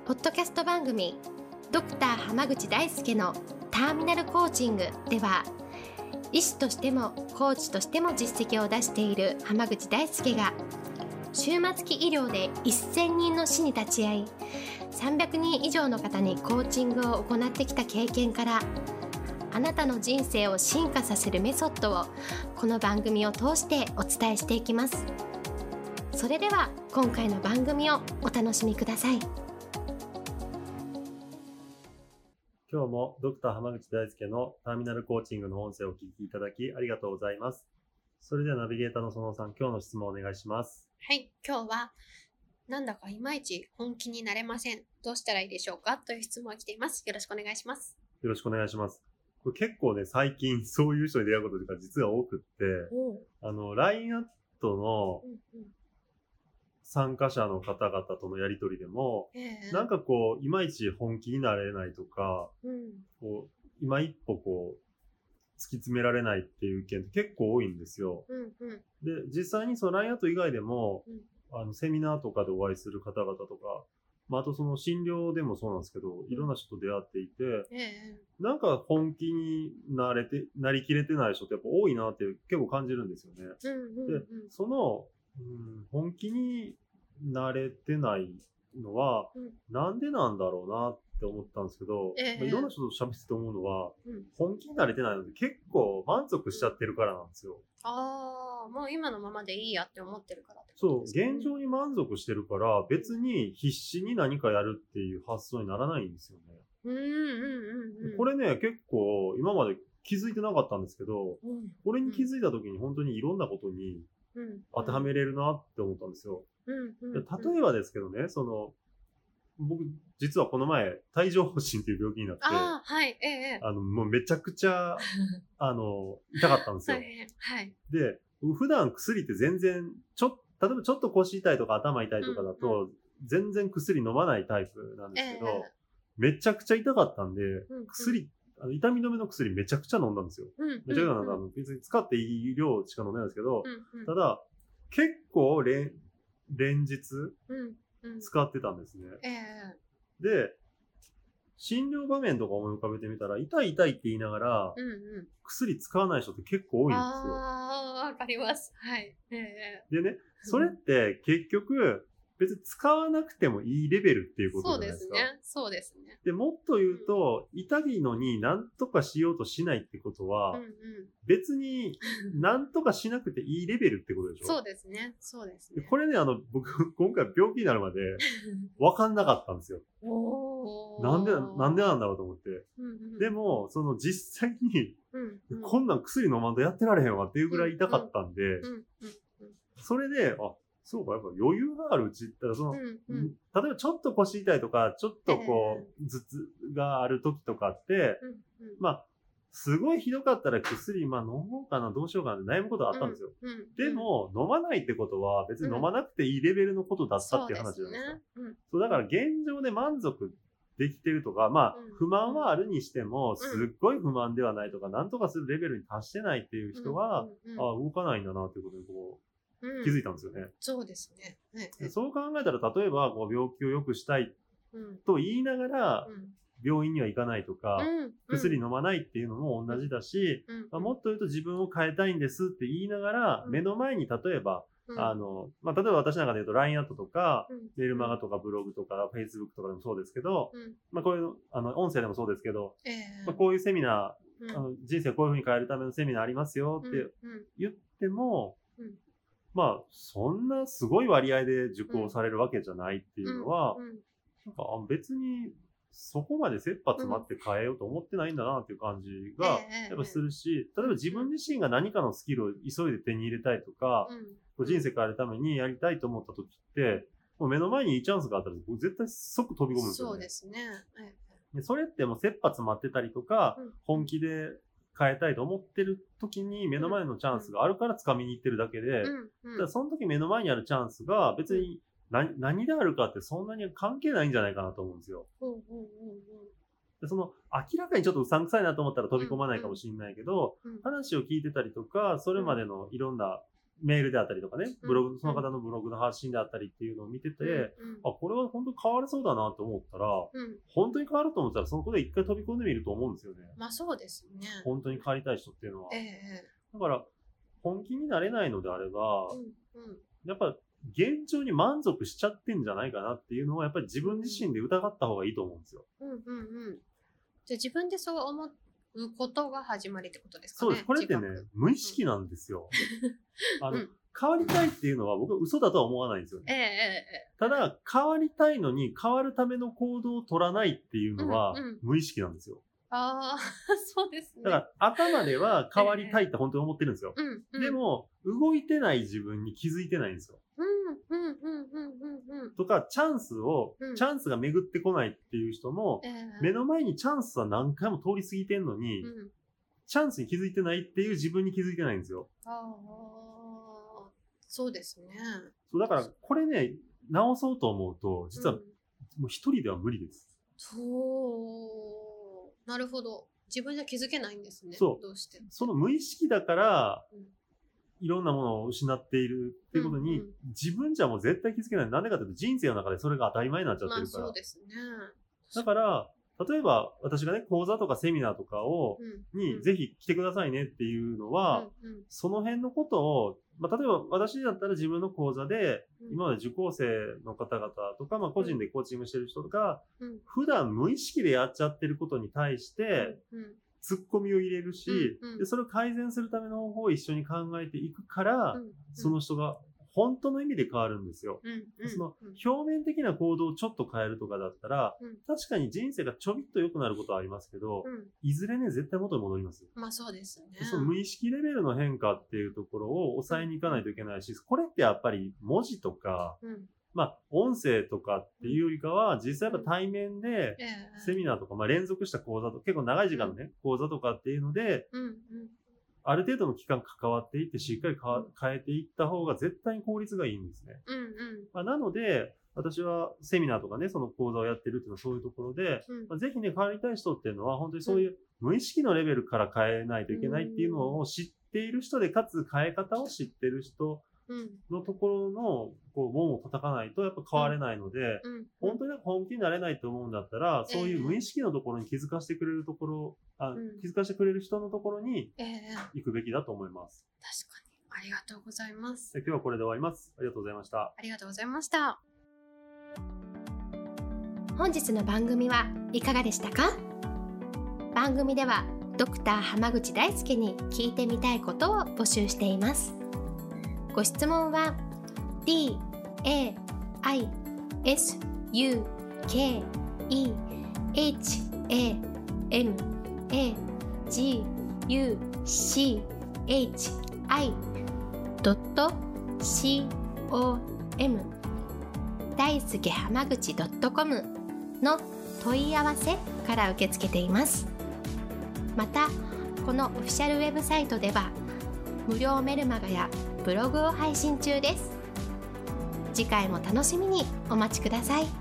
ポッドキャスト番組ドクター濱口大輔のターミナルコーチングでは、医師としてもコーチとしても実績を出している濱口大輔が終末期医療で1000人の死に立ち会い、300人以上の方にコーチングを行ってきた経験から、あなたの人生を進化させるメソッドをこの番組を通してお伝えしていきます。それでは今回の番組をお楽しみください。 今日もドクター濱口大輔のターミナルコーチングの音声をお聞きいただきありがとうございます。それではナビゲーターの園さん、今日の質問をお願いします。 はい、今日はなんだかいまいち本気になれません。どうしたらいいでしょうかという質問が来ています。よろしくお願いします。 よろしくお願いします。これ結構ね、最近そういう人に出会うことが実は多くって、LINE アットの参加者の方々とのやりとりでも、なんかこう、いまいち本気になれないとか、こう今一歩こう、突き詰められないっていう意見って結構多いんですよ。で、実際にその LINE アット以外でも、セミナーとかでお会いする方々とか、あとその診療でもそうなんですけど、いろんな人と出会っていて、なんか本気になりきれてない人ってやっぱ多いなって結構感じるんですよね。で、その、本気になれてないのは、なんでなんだろうなって思ったんですけど、いろんな人と喋ってて思うのは、本気になれてないので結構満足しちゃってるからなんですよ。 もう今のままでいいやって思ってるからってことですかね。そう、現状に満足してるから、別に必死に何かやるっていう発想にならないんですよね。これね、結構今まで気づいてなかったんですけど、これに気づいた時に本当にいろんなことに当てはめれるなって思ったんですよ。例えばですけどね、僕、実はこの前、帯状疱疹っていう病気になって、もうめちゃくちゃ、痛かったんですよ。で、普段薬って全然、例えばちょっと腰痛いとか頭痛いとかだと、全然薬飲まないタイプなんですけど、めちゃくちゃ痛かったんで、痛み止めの薬めちゃくちゃ飲んだんですよ。めちゃくちゃ飲んだ。別に使っていい量しか飲めないんですけど、ただ、結構連日使ってたんですね。で、診療場面とか思い浮かべてみたら、痛いって言いながら、薬使わない人って結構多いんですよ。 わかります。はい。 でね、それって結局、別に使わなくてもいいレベルっていうことじゃないですか。 そうですね。 で、もっと言うと、痛いのに何とかしようとしないってことは、別に何とかしなくていいレベルってことでしょ。 そうですね。 これね、僕、今回病気になるまで分かんなかったんですよ。なんでなんだろうと思って。でも、実際に、こんなん薬飲まんとやってられへんわっていうぐらい痛かったんで、それで、そうか、やっぱ余裕があるうちって例えばちょっと腰痛いとか、ちょっとこう、頭痛がある時とかって、すごいひどかったら薬、飲もうかな、どうしようかなって悩むことあったんですよ。でも、飲まないってことは別に飲まなくていいレベルのことだったっていう話じゃないですか。そうだから現状で満足できてるとか、不満はあるにしても、すっごい不満ではないとか、なんとかするレベルに達してないっていう人は、動かないんだなっていうことに気づいたんですよね。 そうですね。 そう考えたら、例えば病気を良くしたいと言いながら、病院には行かないとか、薬飲まないっていうのも同じだし、もっと言うと自分を変えたいんですって言いながら、目の前に例えば、例えば私なんかで言うと LINE アットとか、メルマガとかブログとか Facebook とかでもそうですけど、こういう音声でもそうですけど、こういうセミナー、人生をこういう風に変えるためのセミナーありますよって言っても、そんなすごい割合で受講されるわけじゃないっていうのは、なんか別にそこまで切羽詰まって変えようと思ってないんだなっていう感じがやっぱするし、例えば自分自身が何かのスキルを急いで手に入れたいとか、人生変えるためにやりたいと思った時って、もう目の前にいいチャンスがあったら絶対即飛び込むんですよね。 そうですね。 それってもう切羽詰まってたりとか、本気で変えたいと思ってる時に目の前のチャンスがあるから掴みに行ってるだけで、その時目の前にあるチャンスが別に何であるかってそんなに関係ないんじゃないかなと思うんですよ。で明らかにちょっとうさんくさいなと思ったら飛び込まないかもしれないけど、話を聞いてたりとか、それまでのいろんなメールであったりとかね、ブログ、その方のブログの発信であったりっていうのを見てて、これは本当に変わりそうだなと思ったら、本当に変わると思ったら、そのことで一回飛び込んでみると思うんですよね。 まあそうですね。 本当に変わりたい人っていうのは。だから、本気になれないのであれば、やっぱ現状に満足しちゃってんじゃないかなっていうのは、やっぱり自分自身で疑った方がいいと思うんですよ。 じゃあ自分でそう思うことが始まりってことですかね。そうです。これってね、無意識なんですよ。変わりたいっていうのは僕は嘘だとは思わないんですよね。ただ、変わりたいのに変わるための行動を取らないっていうのは無意識なんですよ。 ああ、そうですね。 だから頭では変わりたいって本当に思ってるんですよ。でも、動いてない自分に気づいてないんですよ。とか、チャンスが巡ってこないっていう人も、目の前にチャンスは何回も通り過ぎてんのに、チャンスに気づいてないっていう自分に気づいてないんですよ。 そうですね。 だから、これね、直そうと思うと、実はもう一人では無理です。 なるほど。自分じゃ気づけないんですね。 そう。 どうしてその無意識だから、いろんなものを失っているっていうことに、自分じゃもう絶対気づけない。なんでかというと人生の中でそれが当たり前になっちゃってるから。 そうですね。 だから、例えば私がね、講座とかセミナーとかにぜひ来てくださいねっていうのは、その辺のことを、例えば私だったら自分の講座で、今まで受講生の方々とか、個人でコーチングしてる人とか、普段無意識でやっちゃってることに対して、ツッコミを入れるし、でそれを改善するための方法を一緒に考えていくから、その人が本当の意味で変わるんですよ。その表面的な行動をちょっと変えるとかだったら、確かに人生がちょびっと良くなることはありますけど、いずれね、絶対元に戻ります。 まあそうですね。 その無意識レベルの変化っていうところを抑えに行かないといけないし、これってやっぱり文字とか、音声とかっていうよりかは、実際やっぱ対面で、セミナーとか、連続した講座とか、結構長い時間のね、講座とかっていうので、ある程度の期間関わっていって、しっかり変えていった方が絶対に効率がいいんですね。なので、私はセミナーとかね、その講座をやってるっていうのはそういうところで、ぜひね、変わりたい人っていうのは、本当にそういう無意識のレベルから変えないといけないっていうのを知っている人で、かつ変え方を知ってる人のところの門を叩かないとやっぱ変われないので、本当に本気になれないと思うんだったら、そういう無意識のところに気づかせてくれるところ、気づかせてくれる人のところに行くべきだと思います。 確かに。ありがとうございます。 今日はこれで終わります。ありがとうございました。 ありがとうございました。本日の番組はいかがでしたか？番組ではドクター濱口大輔に聞いてみたいことを募集しています。ご質問は daisukeamaguchi.com 大輔濱口 .com の問い合わせから受け付けています。また、このオフィシャルウェブサイトでは無料メルマガやブログを配信中です。次回も楽しみにお待ちください。